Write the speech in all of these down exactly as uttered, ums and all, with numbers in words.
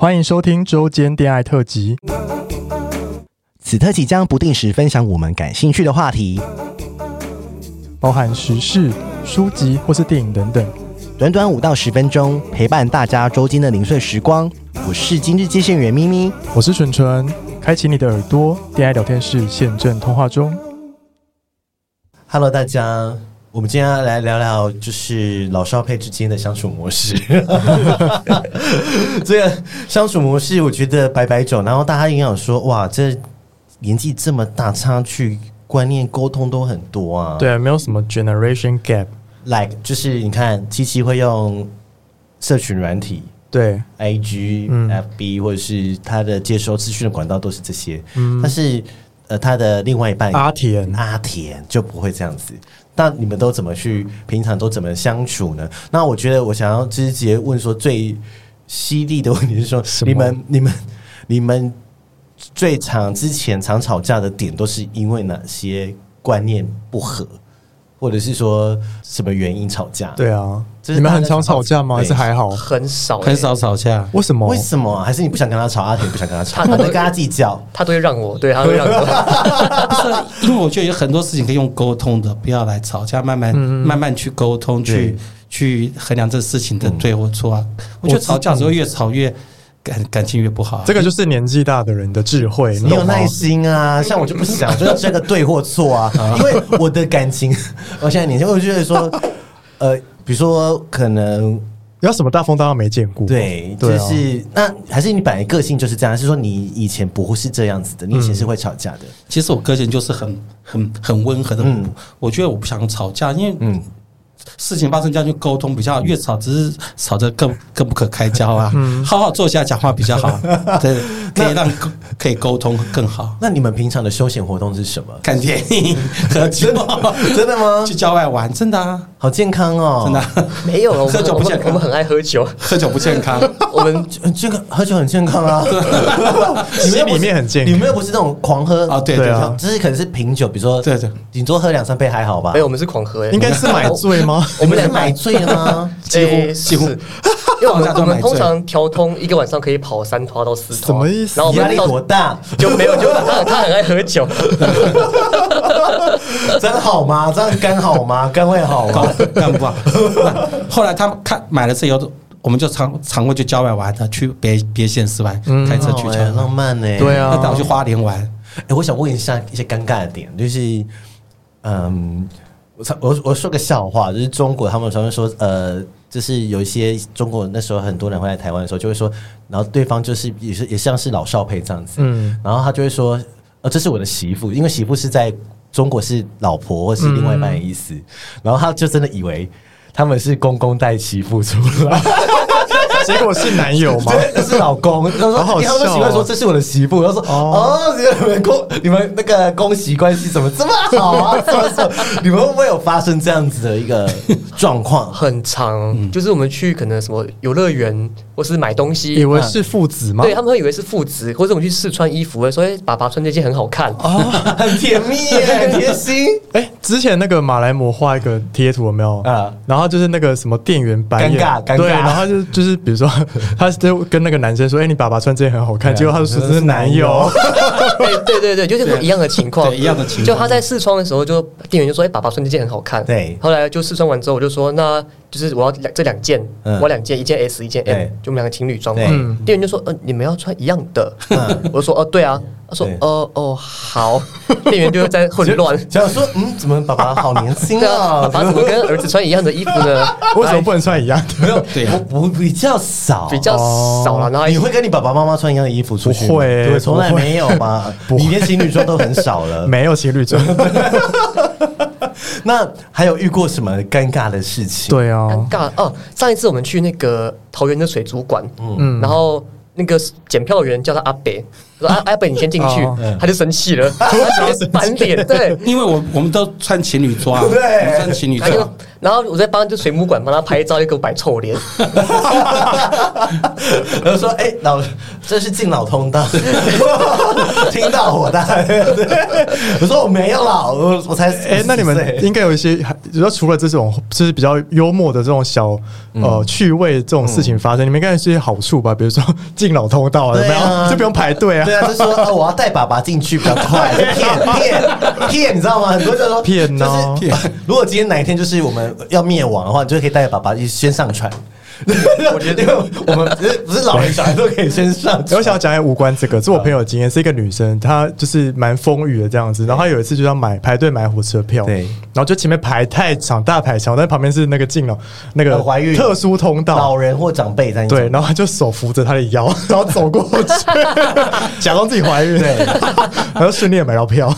欢迎收听周间恋爱特辑。 此特辑将不定时分享我们感兴趣的话题， 包含时事、书籍或是电影等等。 短短五到十分钟，陪伴大家周间的零碎时光。我是今日接线员咪咪， 我是纯纯。开启你的耳朵，恋爱聊天室现正通话中。 Hello， 大家，我们今天要来聊聊就是老少配之间的相处模式。这个相处模式，我觉得百百种，然后大家也想说，哇，这年纪这么大，差距观念沟通都很多啊。 对，没有什么 generation gap。Like 就是你看，七七会用社群软体。 对 ，I G、F B、嗯、或者是他的接收资讯的管道都是这些，嗯、但是呃，他的另外一半阿田阿田就不会这样子。那你们都怎么去平常都怎么相处呢？那我觉得我想要直接问说最犀利的问题是说，你们你们你们最常之前常吵架的点都是因为哪些观念不合？或者是说什么原因吵架？ 对啊，你们很常吵架吗？还是还好？ 很少、欸， 很少吵架。 为什么？ 为什么、啊？还是你不想跟他吵？阿田不想跟他吵，他会跟他计较， 他都会让我，对，他会让我。 不是，因为我觉得有很多事情可以用沟通的，不要来吵架，慢慢、嗯、慢慢去沟通，去去衡量这事情的对或错啊。嗯、我觉得吵架只会越吵越。感感情越不好、啊， 这个就是年纪大的人的智慧。 你有耐心啊，像我就不想，就是这个对或错啊。因为我的感情，我现在年轻，我就觉得说，呃，比如说可能要什么大风大浪没见过， 对，对、啊，就是那还是你本来个性就是这样，还是说你以前不是这样子的，你以前是会吵架的？嗯、 其实我个性就是很很很温和的，嗯，我觉得我不想吵架，因为嗯。事情发生这样去沟通比较好，越吵只是吵得更更不可开交啊！嗯、好好坐下讲话比较好，对，可以让可以沟通更好。 那你们平常的休闲活动是什么？ 看电影、喝酒， 真的吗？ 去郊外玩，真的啊， 好健康哦！ 真的、啊、 没有， 喝酒不健康， 我们很爱喝酒， 喝酒不健康。 我们这个喝酒很健康啊， 你们里面很健康， 你们又不是那种狂喝啊，对对啊， 只是可能是品酒，比如说对对， 顶多喝两三杯还好吧？ 没有，我们是狂喝、欸， 应该是买醉吗？ 我们俩买醉了吗？ 几乎几乎， 因为我们我们通常调通一个晚上可以跑三拖到四拖， 什么意思？ 然后压力多大？ 就没有就他他很爱喝酒， 真好吗？这样肝好吗？肝会好吗？ 肝不好。后来他们看买了这以后，我们就常常会去郊外玩的，去别别县市玩，嗯、开车去， 欸、浪漫呢、欸。 对啊， 带我去花莲玩。 哎、欸，我想问一下一些尴尬的点，就是嗯。我我说个笑话，就是中国他们常常说，呃，就是有一些中国那时候很多人会来台湾的时候，就会说，然后对方就是也是也像是老少配这样子，嗯，然后他就会说，呃，这是我的媳妇，因为媳妇是在中国是老婆或是另外一半的意思，嗯、然后他就真的以为他们是公公带媳妇出来。 结果是男友吗？ 对，是老公。他说：“他们习惯说这是我的媳妇。”他说：“哦，你们公你们那个公媳关系怎么这么好啊？怎么怎么？你们会不会有发生这样子的一个状况？ 很长，嗯、就是我们去可能什么游乐园或是买东西， 以为是父子吗？ 对，他们会以为是父子，或者我们去试穿衣服，说：‘哎，爸爸穿这件很好看哦，很甜蜜耶，很贴心。’ 哎，之前那个马来貘画一个贴图有没有啊？然后就是那个什么店员白眼， 尴尬，尴尬。 对，然后就就是比如说他。就跟那个男生说：“哎、欸，你爸爸穿这件很好看。”结果他就说这是男友。 对对对对，就是一样的情况， 一样的情况。 就他在试穿的时候，就店员就说：“哎、欸，爸爸穿这件很好看。” 对。 后来就试穿完之后，我就说：“那就是我要这两件，嗯、我要两件，一件 S， 一件 M， 就我们两个情侣装嘛。”店员就说：“呃，你们要穿一样的。嗯”我就说：“哦，对啊。”他说：“哦哦，好。”店员就在混乱， 想说：“嗯，怎么爸爸好年轻啊？ 爸爸怎么跟儿子穿一样的衣服呢？ 为什么不能穿一样的？ 没有，对，我我比较少， 比较少了。然后你会跟你爸爸妈妈穿一样的衣服出去？ 不会， 对，从来没有吧？你连情侣装都很少了， 没有情侣装。 那还有遇过什么尴尬的事情？ 对啊， 尴尬哦。上一次我们去那个桃园的水族馆，嗯，然后。那个检票员叫他阿北，说阿阿北你先进去，哦、他就生气了，他直接翻脸，对， 因为我我们都穿情侣装， 对， 穿情侣装， 然后我在帮就水母馆帮他拍照，就给我摆臭脸， 然后说，哎、欸，老这是敬老通道，听到我的，我说我没有啦，我我才哎、 欸，那你们应该有一些，比如说除了这种就是比较幽默的这种小呃趣味这种事情发生，嗯、你们应该有一些好处吧？比如说敬老通道啊，有没有？就不用排队啊。 对啊，就说、呃、我要带爸爸进去比较快，骗骗骗，你知道吗？很多人就说骗哦， 就是如果今天哪一天就是我们要灭亡的话，你就可以带爸爸先上船。我觉得，因为我们不是不是老人小孩都可以先上。 我想要讲一下无关这个，是我朋友的经验，是一个女生，她就是蛮风雨的这样子。然后她有一次就要买排队买火车票，对，然后就前面排太长，大排长，但旁边是那个敬老那个怀孕特殊通道， 老人或长辈在对，然后她就手扶着她的腰，然后走过去，假装自己怀孕，对，然后顺利的买到票。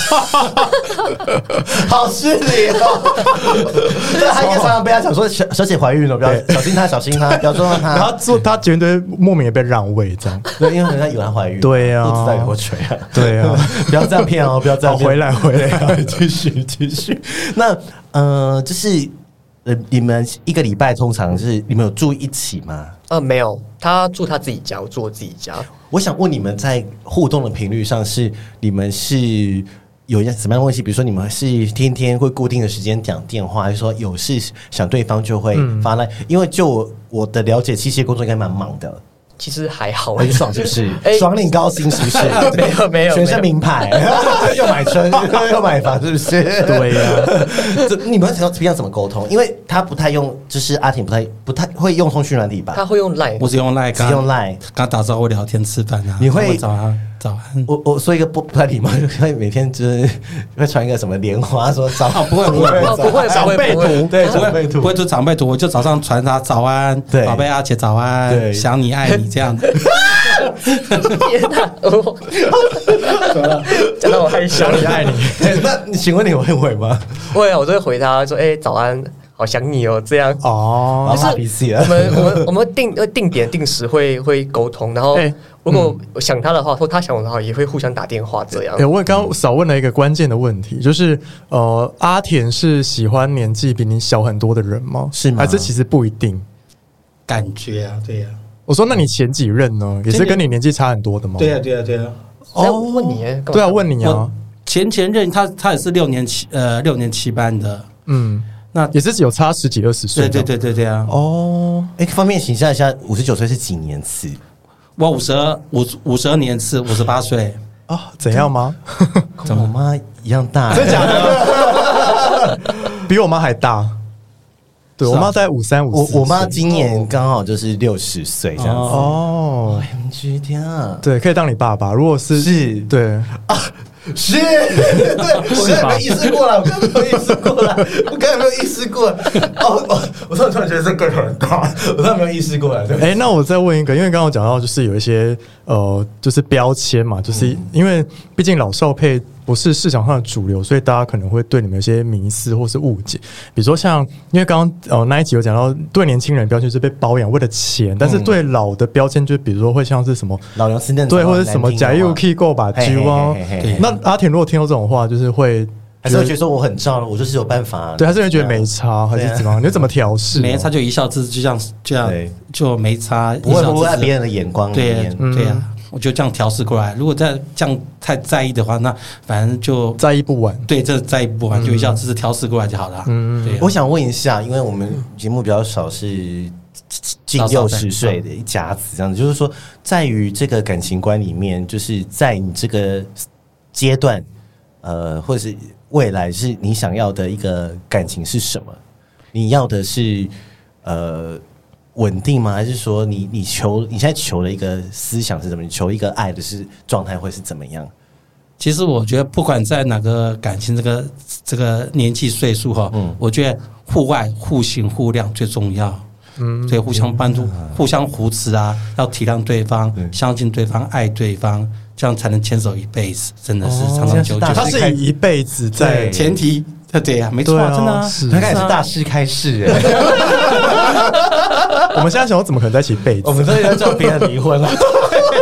好失礼哦！对，还可以常常被他讲说小小姐怀孕了，不要小心她，小心她，不要撞到她。 然后做她绝对莫名也被让位这样， 对，因为人家以为她怀孕， 对啊， 肚子在给我捶啊， 对啊， 不要这样骗哦，不要这样回来回来， 继续继续。那呃，就是呃，你们一个礼拜通常是你们有住一起吗？ 呃，没有，他住他自己家，我住我自己家。 我想问你们在互动的频率上是你们是有一些什么样的问题？比如说你们是天天会固定的时间讲电话，还是说有事想对方就会发来？嗯、因为就我我的了解，器械工作应该蛮忙的。 其实还好， 很爽是不是？爽领高薪是不是？ 没有没有， 全身名牌，又买车又买房，是不是？ 对呀、 啊。你们平常怎么沟通？因为他不太用，就是阿婷不太不太会用通讯软体吧？ 他会用 Line， 我只用 Line， 只用 Line， 刚打招呼聊天吃饭啊。 你会早安早安。 我我说一个不不太礼貌，会每天就是会传一个什么莲花说早安， 不会不会不会长辈图， 对长辈图不会做长辈图，我就早上传他早安，宝贝阿姐早安，想你爱你这样的。 天哪！我讲到我害羞， 你爱你。 那你请问你会回吗？ 会啊，我都会回他说：“哎、欸，早安，好想你哦。”这样哦， 就是我们我们我们定定点定时会会沟通，然后如果我想他的话，或他想我的话，也会互相打电话这样。 哎、欸，我刚刚少问了一个关键的问题，就是呃，阿田是喜欢年纪比你小很多的人吗？ 是吗？ 还是其实不一定？ 感觉啊，对呀、啊。 我说，那你前几任呢？也是跟你年纪差很多的吗？ 对呀、啊，对呀、啊，对呀、 啊。哦，问你耶， 对啊，问你啊。 前前任他他也是六年七呃六年七班的， 嗯，那也是有差十几二十岁。 对对对对对啊。 哦，哎、欸，方便请教一下，五十九岁是几年次？ 我五十二五五十二年次，五十八岁啊？怎样吗？ 跟我妈一样大， 真的假的？比我妈还大。对，我妈在五三五四， 我我妈今年刚好就是六十岁这样子。哦 ，M G 天啊！ 对，可以当你爸爸。如果是是， 对啊，是，对，我刚才没有意识过来，我刚才没有意识过来，我刚才没有意识过来。哦，我我突然突然觉得这个很大，我突然没有意识过来。 哎、欸，那我再问一个，因为刚刚讲到就是有一些呃，就是标签嘛，就是因为毕竟老少配不是市场上的主流，所以大家可能会对你们有些迷思或是误解。比如说像，因为刚刚呃那一集有讲到，对年轻人标签是被包养为了钱，但是对老的标签就比如说会像是什么老娘是那对，或者什么假又 K 够把鸡啊。那阿田如果听到这种话，就是会。 还是会觉得说我很照了，我就是有办法、啊。 对，还是会觉得没差，还是怎么样？你怎么调试？ 没差就一笑置之，就这样，这样就没差。 不会不会在别人的眼光里面。 对对呀、啊，我就这样调试过来。如果再这样太在意的话，那反正就在意不完。 对，这在意不完，就一笑置之调试过来就好了。嗯，对、啊。 我想问一下，因为我们节目比较少是近六十岁的一甲子，这样子，就是说，在于这个感情观里面，就是在你这个阶段，呃，或者是。未来是你想要的一个感情是什么？你要的是呃稳定吗？还是说你你求你现在求的一个思想是什么？你求一个爱的是状态会是怎么样？ 其实我觉得不管在哪个感情这个这个年纪岁数哈，嗯，我觉得互爱互信互谅最重要。嗯，对，互相帮助、嗯、互相扶持啊，要体谅对方、嗯，相信对方，爱对方。这样才能牵手一辈子，真的是长长久久。 他是以一辈子在前提，对呀、啊，没错、啊，真的、啊， 他开始是大师开示哎。 我们现在想，我怎么可能在一起一辈子？ 我们都要叫别人离婚了。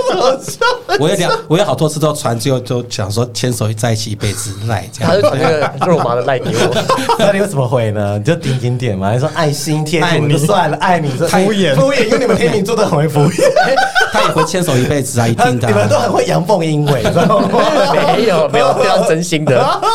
我有两，我有好多次都传，最后都讲说牵手在一起一辈子赖这样。 他就传那个肉麻的赖给我， 那你会怎么回呢？你就点点点嘛，你说爱心贴图就算了，爱你敷衍敷衍，因为你们天秤座都很会敷衍， 他也会牵手一辈子啊，一定的、啊。 你们都很会阳奉阴违，知道吗？ 没有没有，非常真心的。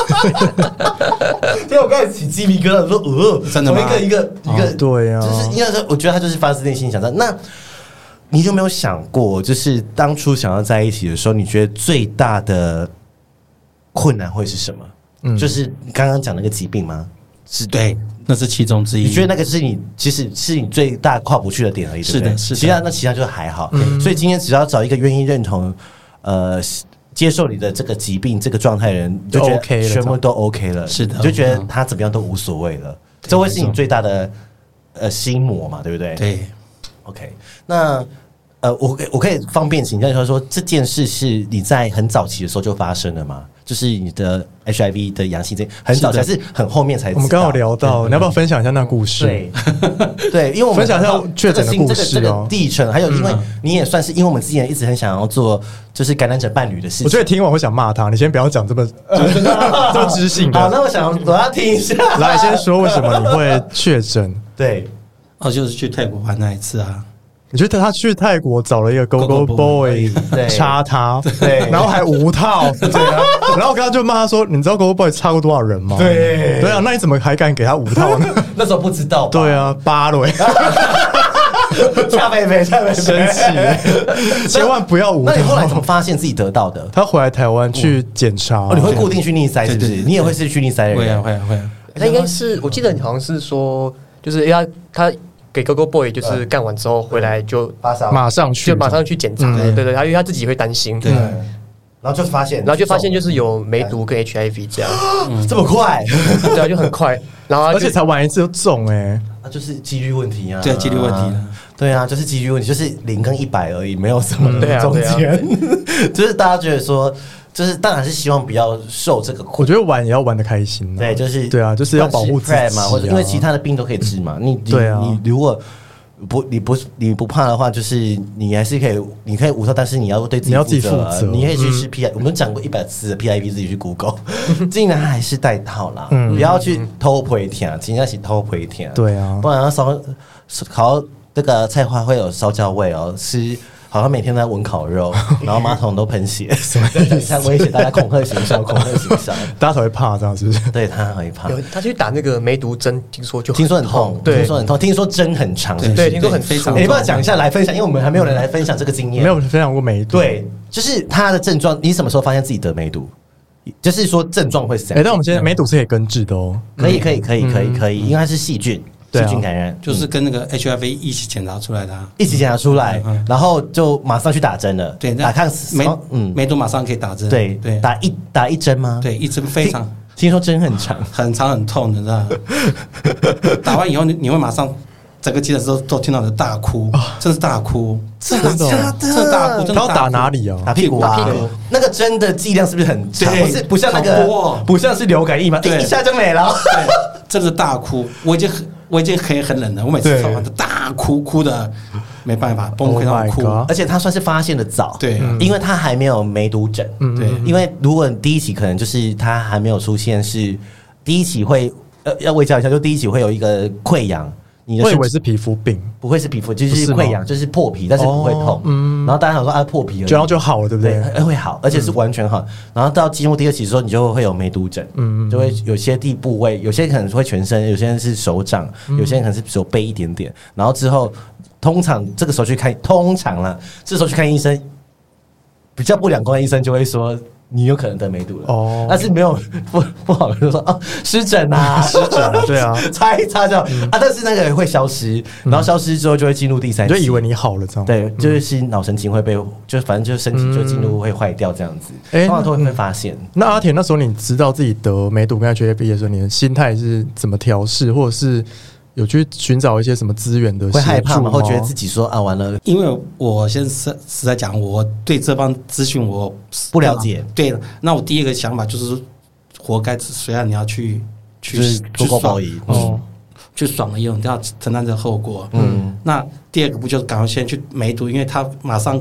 因为我刚才起鸡皮疙瘩，说呃， 真的吗？ 一个一个一个， 哦对啊， 就是应该说，我觉得他就是发自内心想的。那你有没有想过，就是当初想要在一起的时候，你觉得最大的困难会是什么？嗯，就是刚刚讲那个疾病吗？ 是对，那是其中之一。 你觉得那个是你其实是你最大跨不去的点而已，对不对？ 是的，是的。 其他那其他就还好。嗯、所以今天只要找一个愿意认同，呃。接受你的这个疾病、这个状态的人，就觉得 OK 了， 全部都 OK 了， 是的， 你就觉得他怎么样都无所谓了，这会是你最大的呃心魔嘛，对不对？ 对 ，OK， 那呃，我我可以方便请教说说这件事是你在很早期的时候就发生了吗？就是你的 H I V 的阳性这很早，还是很后面才知道？ 我们刚好聊到，你要不要分享一下那故事？ 对，对，因为我们分享一下确诊的故事哦， 历程，还有因为你也算是，因为我们之前一直很想要做就是感染者伴侣的事情。 我觉得听完会想骂他，你先不要讲这么这么知性的。 好，那我想我要听一下， 来先说为什么你会确诊？ 对， 哦，就是去泰国玩那一次啊。 你觉得他去泰国找了一个 Go Go Boy 插他， 对， 然后还无套，对啊，然后我刚刚就骂他说：“你知道 Go Go Boy 插过多少人吗？” 对， 对啊，那你怎么还敢给他无套呢？ 那时候不知道， 对啊，八轮， 恰贝贝，恰贝贝， 生气，千万不要无套。 那你后来怎么发现自己得到的？ 他回来台湾去检查， 哦，你会固定去逆筛是不是？你也会是去逆筛的人？ 会啊，会啊，会啊。 他应该是，我记得好像是说，就是要他。给 Go Go Boy 就是干完之后回来就发烧， 马上去， 就马上去检查，对对对，他因为他自己会担心， 对， 然后就发现， 然后就发现就是有梅毒跟 H I V 这样， 这么快， 对啊，就很快，然后而且才玩一次就中哎， 那就是几率问题啊， 对，几率问题， 对啊，就是几率问题，就是零跟一百而已，没有什么中间，就是大家觉得说。就是当然是希望不要受这个苦， 我觉得玩也要玩得开心、啊。 对，就是对啊，就是要保护自己、啊、 嘛，或者因为其他的病都可以治嘛。你对啊， 你如果不你不你不怕的话，就是你还是可以，你可以无套，但是你要对自己负责。你要自己负责，你可以去吃 P I，、嗯、我们讲过一百次的 P I V， 自己去 Google， 竟然还是带套啦，嗯、不要去偷陪听，尽量是偷陪听。 对啊， 不然要烧烤这个菜花会有烧焦味哦，吃。好像每天都在闻烤肉，然后马桶都喷血，什么像威胁大家恐吓形象，恐吓形象， 大家才会怕这样，是不是？ 对他会怕。 有他去打那个梅毒针，听说就听说很痛， 对， 听说很痛，听说针很长， 对，听说很非常。 你要不要讲一下来分享？因为我们还没有人来分享这个经验， 没有分享过梅毒。 对，就是他的症状，你什么时候发现自己得梅毒？就是说症状会是怎样？ 哎，但我们现在梅毒是可以根治的哦， 可以，可以，可以，可以，可以，因为它是细菌。细菌感染就是跟那个 H I V 一起检查出来的、啊， 一起检查出来，嗯、然后就马上去打针了。 对， 打抗梅嗯梅毒马上可以打针。 对对， 打一打一针吗？ 对，一针非常。 听说针很长， 很长很痛的，知道吗？打完以后你你会马上整个急诊室都都听到你的大哭，真是大哭， 真的假的？ 真的大哭，真的要打哪里啊？ 打屁股啊！ 屁股那个针的剂量是不是很长？不是不像那个不像是流感疫苗，一下就没了。 对，真的大哭，我已经很。我已经很很冷了，我每次看完都大哭，哭的没办法，崩溃到哭。 Oh、而且他算是发现的早， 对， 嗯、因为他还没有梅毒疹， 嗯、 对， 因为如果第一期可能就是他还没有出现，是第一期会呃要微教一下，就第一期会有一个溃疡。你的我以为是皮肤病， 不会是皮肤，就是溃疡，就是破皮，但是不会痛。 哦嗯、 然后大家想说啊，破皮而已， 然后就好了，对不对？ 对，会好，而且是完全好。嗯、然后到进入第二期的时候，你就会有梅毒疹，嗯，就会有些地部位，有些可能会全身，有些人是手掌，嗯、有些人可能是手背一点点。然后之后，通常这个时候去看，通常啦，这时候去看医生，比较不两光的医生就会说。你有可能得梅毒了哦，但是没有不不好的就说哦湿疹啊湿疹啊对啊擦一擦就好、嗯、啊，但是那个会消失，然后消失之后就会进入第三期， 你就以为你好了这样， 对，就是脑神经会被，就反正就身体就进入会坏掉这样子，通常都会被发现。 那阿田那时候你知道自己得梅毒跟 H I V 的时候，你的心态是怎么调试，或者是？有去寻找一些什么资源的， 会害怕吗？会觉得自己说啊完了？ 因为我先实实在讲，我对这方资讯我不了解。 对，那我第一个想法就是活该，虽然你要去去去爽哦，去爽了以后，你要承担这后果。嗯，那第二个不就是赶快先去梅毒，因为他马上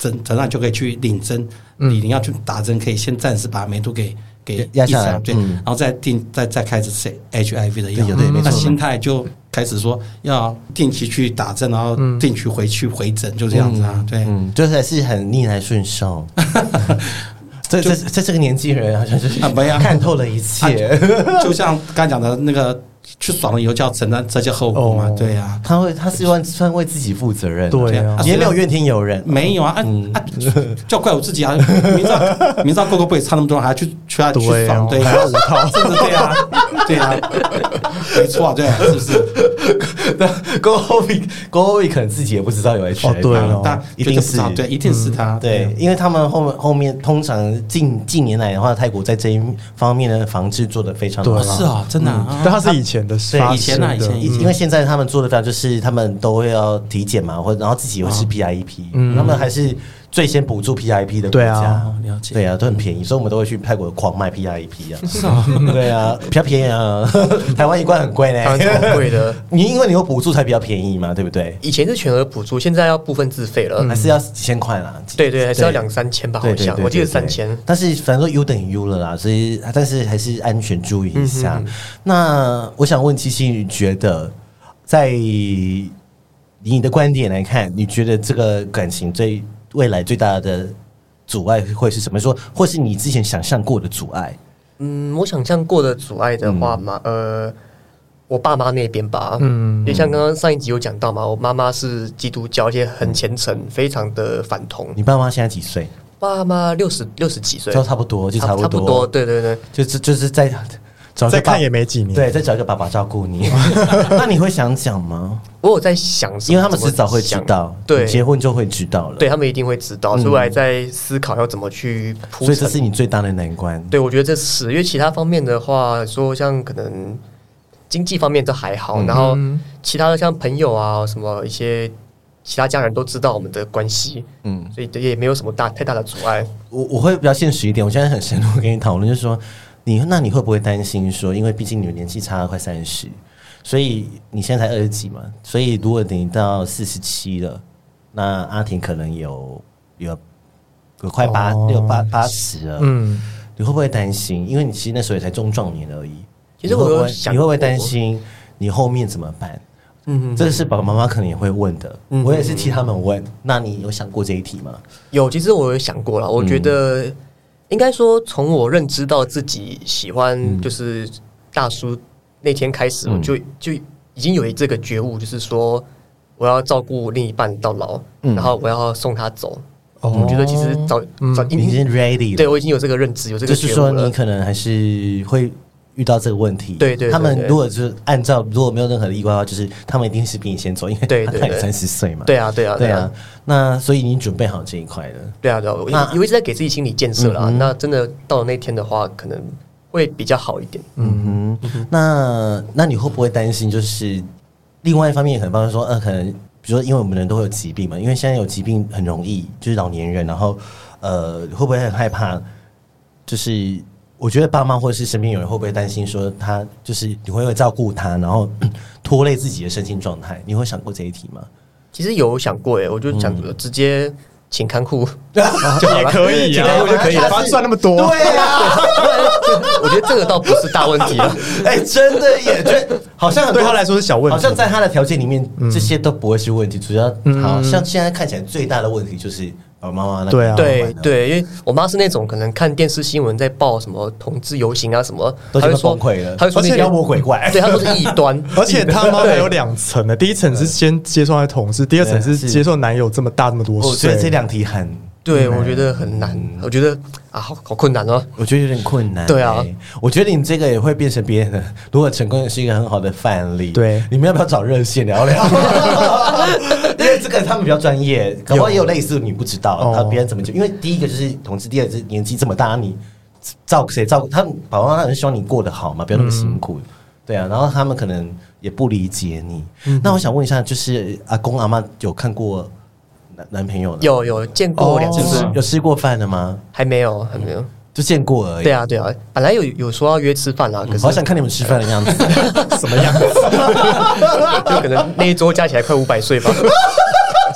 诊诊断就可以去领针，你你要去打针，可以先暂时把梅毒给给压下来， 对，然后再定再再开始 H I V 的药， 对， 那心态就开始说要定期去打针，然后定期回去回诊，就这样子啊，对， 嗯，就是还是很逆来顺受。这这在这个年纪人好像就是看透了一切， 就像刚才讲的那个。去爽了以后就要承担这些后果嘛？对呀， 他会，他是算算为自己负责任， 对啊， 也没有怨天尤人， 没有啊，啊，就怪我自己啊！明知道明知道狗狗不会差那么多，还要去去去爽，对呀，五套，真的对啊，对啊，没错，对，是不是？ 狗狗比狗狗可能自己也不知道有 H I V， 对， 但一定是对，一定是他， 对，因为他们后面后面通常近近年来的话，泰国在这一方面的防治做得非常好， 是啊，真的， 但他是以前的， 对，以前啊，以前， 因为现在他们做的非常，就是他们都会要体检嘛，或然后自己也会吃 P I P，他们还是最先补助 P I P 的国家， 了解， 对啊，都很便宜，所以我们都会去泰国狂卖 P I P 啊，是啊，对啊，比较便宜啊，台湾一罐很贵呢， 很贵的， 你因为你有补助才比较便宜嘛，对不对？ 以前是全额补助，现在要部分自费了， 还是要几千块啦， 对对，还是要两三千吧，好像我记得三千， 但是反正说 U 等于 U 了啦，所以但是还是安全注意一下。那我想问七七，你觉得在你的观点来看，你觉得这个感情最未来最大的阻碍会是什么？说，或是你之前想象过的阻碍？ 嗯，我想象过的阻碍的话嘛，嗯、呃，我爸妈那边吧，嗯，也像刚刚上一集有讲到嘛，我妈妈是基督教，而且很虔诚，非常的反同。 你爸妈现在几岁？ 爸妈六十六十几岁， 就差不多，就差不多， 差不多，对对对， 就是就是在。 再看也没几年， 对，再找一个爸爸照顾你。那你会想讲吗？ 我有在想， 因为他们迟早会知道，对，结婚就会知道了， 对他们一定会知道，所以我还在思考要怎么去铺陈。 所以这是你最大的难关。 对，我觉得这是，因为其他方面的话，说像可能经济方面都还好，然后其他的像朋友啊，什么一些其他家人都知道我们的关系，嗯，所以也没有什么大太大的阻碍。 我我会比较现实一点，我现在很深入跟你讨论，就是说。你那你会不会担心说，因为毕竟你们年纪差了快三十，所以你现在才二十几嘛，所以如果你到四十七了，那阿婷可能有有有快八六八八十了，嗯，你会不会担心？因为你其实那时候也才中壮年而已。 其实我有想， 你会不会担心你后面怎么办？嗯，这个是爸爸妈妈可能也会问的，嗯、我也是替他们问。那你有想过这一题吗？ 有，其实我有想过了，我觉得。嗯应该说，从我认知到自己喜欢就是大叔那天开始，我就就已经有这个觉悟，就是说我要照顾另一半到老，然后我要送他走。我觉得其实早早已经 ready 了， 对我已经有这个认知，有这个觉悟了。 就是说，你可能还是会遇到这个问题。 对对， 他们如果是按照如果没有任何的意外的话，就是他们一定是比你先走，因为他才三十岁嘛。 对啊，对啊， 对啊。那所以你准备好这一块了？ 对啊，对啊，我我一直在给自己心理建设啦。那真的到了那天的话，可能会比较好一点。 嗯哼。那那你会不会担心？就是另外一方面，可能包括说，呃，可能比如说，因为我们人都会有疾病嘛，因为现在有疾病很容易，就是老年人，然后呃，会不会很害怕？就是我觉得爸妈或者是身边有人会不会担心说他就是你会不会照顾他，然后拖累自己的身心状态？你会想过这一题吗？ 其实有想过耶，我就想直接请看护就也可以啊， 请看护就可以了， 反正赚那么多， 对啊， 我觉得这个倒不是大问题了。 哎，真的耶，觉得好像对他来说是小问题， 好像在他的条件里面，这些都不会是问题。主要好像现在看起来最大的问题就是。爸爸妈妈那对啊， 对对，因为我妈是那种可能看电视新闻在报什么同志游行啊什么， 都崩溃了， 她会说那些妖魔鬼怪， 对，她说是异端， 而且他妈还有两层呢，第一层是先接受他的同事，第二层是接受男友这么大这么多岁， 我觉得这两题很， 对我觉得很难，我觉得啊，好好困难哦， 我觉得有点困难， 对啊， 我觉得你这个也会变成别人的，如果成功是一个很好的范例， 对， 你们要不要找热线聊聊？因为这个他们比较专业，搞不好也有类似你不知道，他别人怎么就因为第一个就是同志，第二个是年纪这么大，你照顾谁照顾他们，爸爸妈妈很希望你过得好嘛，不要那么辛苦，嗯、对啊，然后他们可能也不理解你。嗯、那我想问一下，就是阿公阿嬷有看过男男朋友的？ 有有见过两次， 有吃过饭的吗？ 还没有，还没有。 就见过而已。 对啊，对啊，本来有有说要约吃饭啦，可是好想看你们吃饭的样子， 什么样子？ 就可能那一桌加起来快五百岁吧。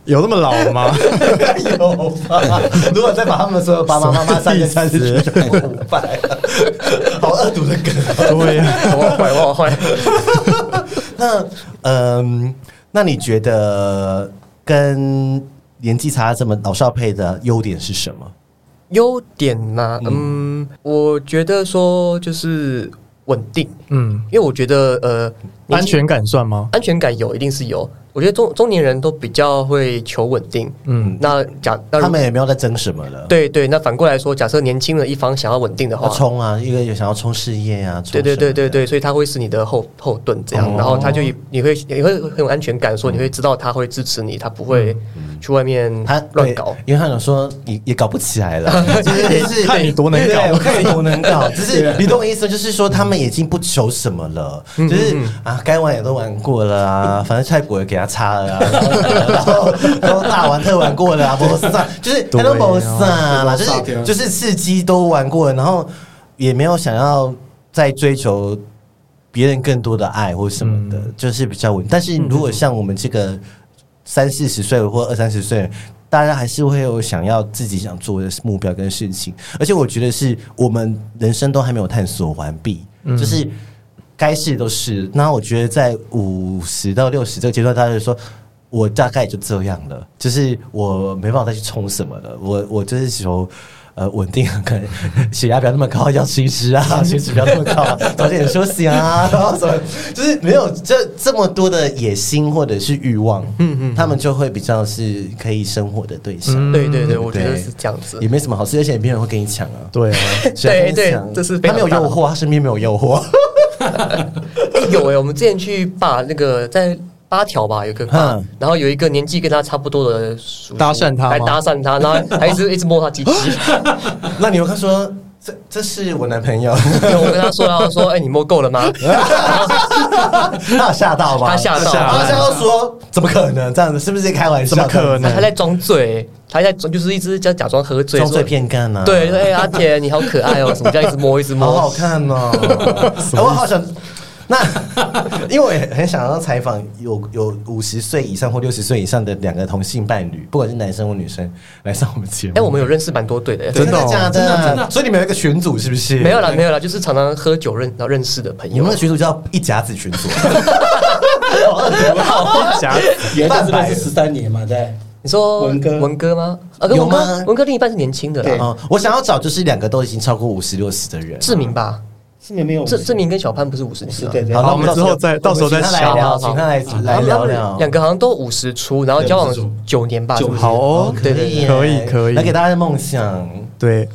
有那么老吗？ 有吧？如果再把他们所有爸爸妈妈三个三十去，就五百，好恶毒的梗。 对呀， 我坏我坏。 那嗯，那你觉得跟年纪差这么老少配的优点是什么？ 优点嘛，嗯，我觉得说就是稳定，嗯，因为我觉得呃， 安全感算吗？ 安全感有，一定是有。我觉得中中年人都比较会求稳定，嗯，那假那他们也没有在争什么了， 对对。那反过来说，假设年轻的一方想要稳定的话， 冲啊，一个有想要冲事业啊， 对对对对对，所以他会是你的后后盾这样，哦、然后他就你会你会很有安全感，说你会知道他会支持你，他不会去外面他乱搞， 因为他想说也也搞不起来了，就是看你多能搞， 我看你多能搞，就是你懂我意思，就是说他们已经不求什么了，就是啊该玩也都玩过了啊，反正泰国也给他擦了啊。然后都大玩特玩过了啊，博萨就是他都博萨啦，就是就是刺激都玩过了，然后也没有想要再追求别人更多的爱或什么的，嗯、就是比较稳。但是如果像我们这个三四十岁或二三十岁，大家还是会有想要自己想做的目标跟事情，而且我觉得是我们人生都还没有探索完毕，嗯、就是该试都试。那我觉得在五十到六十这个阶段，大家就说。我大概就这样了，就是我没办法再去冲什么了。我我就是求呃稳定，可能血压不要那么高，要吃一吃啊，血脂不要那么高，早点休息啊，然后什么，就是没有这这么多的野心或者是欲望，嗯嗯，他们就会比较是可以生活的对象。 嗯、对对对，我觉得是这样子， 也没什么好事，而且也没有人会跟你抢啊。 对啊， 对对，这是他没有诱惑，他身边没有诱惑。 哎、欸，有哎、欸，我们之前去把那个在。八条吧，有个爸，嗯、然后有一个年纪跟他差不多的叔叔搭讪他， 来搭讪他，然后还一直一直摸他鸡鸡。 那你有跟他说这这是我男朋友？ 我跟他说，然后说，哎、欸，你摸够了吗？ 他有吓到吗？ 他吓到， 他吓到说，怎么可能这样子？是不是在开玩笑？ 怎么可能？ 他在装醉，他在就是一直在假装喝醉， 装醉骗干啊！ 对，哎、欸，阿田你好可爱哦，什么这样一直摸一直摸， 好好看哦。我好想。那，因为我也很想要采访有有五十岁以上或六十岁以上的两个同性伴侣，不管是男生或女生，来上我们节目。 哎、欸，我们有认识蛮多对的， 真的假的？真的真的。所以你们有一个群组是不是？ 没有啦，没有啦，就是常常喝酒认然后认识的朋友。 你们的群组叫一甲子群组， 一甲子，也认识认识十三年嘛，对。 你说文哥文哥吗？啊， 有吗？ 文哥另一半是年轻的啦。 哦，我想要找就是两个都已经超过五十六十的人， 志明吧。 志明没有， 志志明跟小潘不是五十几？ 对对。 好，我们之后再到时候再聊，请他来来聊聊。 两个好像都五十出，然后交往九年吧。 好哦， 对对， 可以可以， 来给大家的梦想。 对，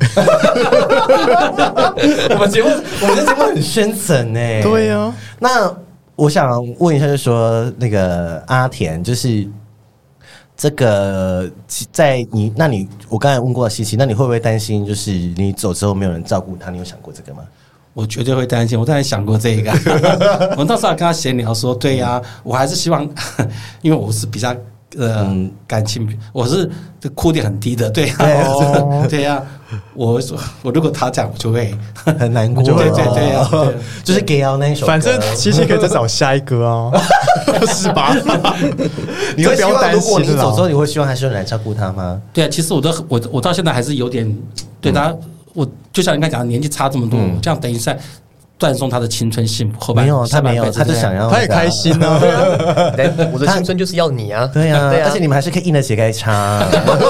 我们节目我们的节目很深层哎。 对呀， 那我想问一下，就是说那个阿田，就是这个在你那你我刚才问过西西，那你会不会担心，就是你走之后没有人照顾他？你有想过这个吗？ 我绝对会担心，我当然想过这个。我到时候还跟他闲聊说，对呀、啊，我还是希望，因为我是比较呃、嗯、感情，我是哭点很低的，对、啊，哦、对呀、啊，我我如果他讲，我就会很難過， 對對對啊，對就是給到那首歌， 反正七七可以再找下一個啊，是吧？ 你會希望如果你走之後，你會希望還是有人來照顧他嗎？ 對啊，其實我都我我到現在還是有點對他。嗯我就像你剛才講，年紀差這麼多，嗯、這樣等於在斷送他的青春幸福。後半沒有，他沒有，他就想要， 他也開心啊。 我的青春就是要你啊！ 對啊，對啊，而且你們還是可以硬得起來插。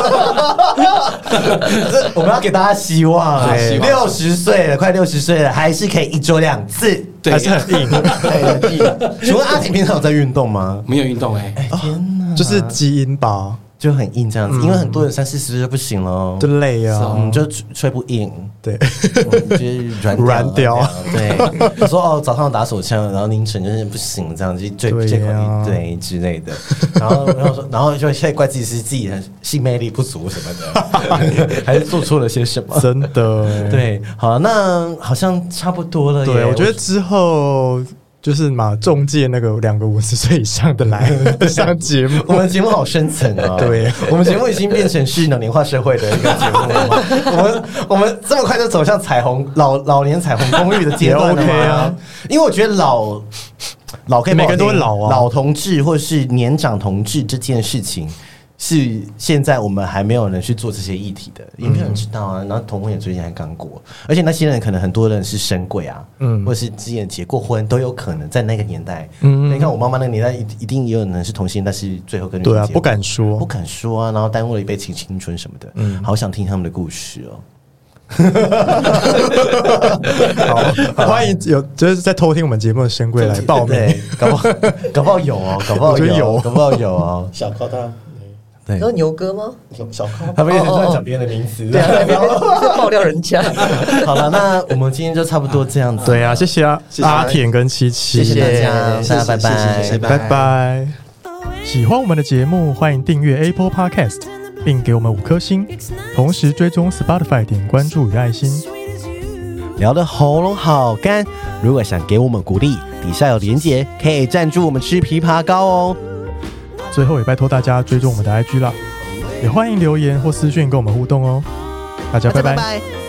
我們要給大家希望，六十歲了，快六十歲了，還是可以一周兩次， 還是很硬， 很硬。請問阿婷平常有在運動嗎？ 沒有運動哎、欸， 天哪， 就是基因吧。 就很硬这样子，嗯、因为很多人三四十岁就不行了， 就累啊， 嗯，就吹不硬， 对， 嗯、就是软软掉， 对。我说哦，早上打手枪，然后凌晨就是不行，这样子最最容易对之类的。然后然后说，然后就现在怪自己是自己的性魅力不足什么的，还是做错了些什么？ 真的， 对，好，那好像差不多了耶。 对，我觉得之后。就是嘛，中介那个两个五十岁以上的来上节目， 我们节目好深层啊！ 对， 我们节目已经变成是老年化社会的一个节目了吗？我们我们这么快就走向彩虹老老年彩虹公寓的阶段了吗？啊、因为我觉得老老可以每个人都会老啊， 老同志或是年长同志这件事情， 是现在我们还没有人去做这些议题的，也没有人知道啊。然后同婚也最近还刚过，而且那些人可能很多人是深柜啊，嗯，或者是之前结过婚都有可能在那个年代。嗯，你看我妈妈那个年代，一定也有人是同性，但是最后跟对啊不敢说， 不敢说啊，然后耽误了一辈子青春什么的。嗯，好想听他们的故事哦。 好，欢迎有就是在偷听我们节目的深柜来报名， 搞不好搞不好有哦，搞不好有，搞不好有哦。 小高他。 你知道牛哥吗？ 小高， 他们一直在讲别人的名字， 对啊，在爆料人家。 好了，那我们今天就差不多这样子。 对啊，谢谢啊，阿田跟七七， 谢谢大家，大家拜拜， 拜拜。喜欢我们的节目，欢迎订阅 Apple Podcast， 并给我们五颗星，同时追踪 Spotify 点关注与爱心。 聊得喉咙好干，如果想给我们鼓励，底下有连结，可以赞助我们吃枇杷膏哦。 最后也拜托大家追踪我们的 I G 啦，也欢迎留言或私讯跟我们互动哦。大家拜拜。 拜拜。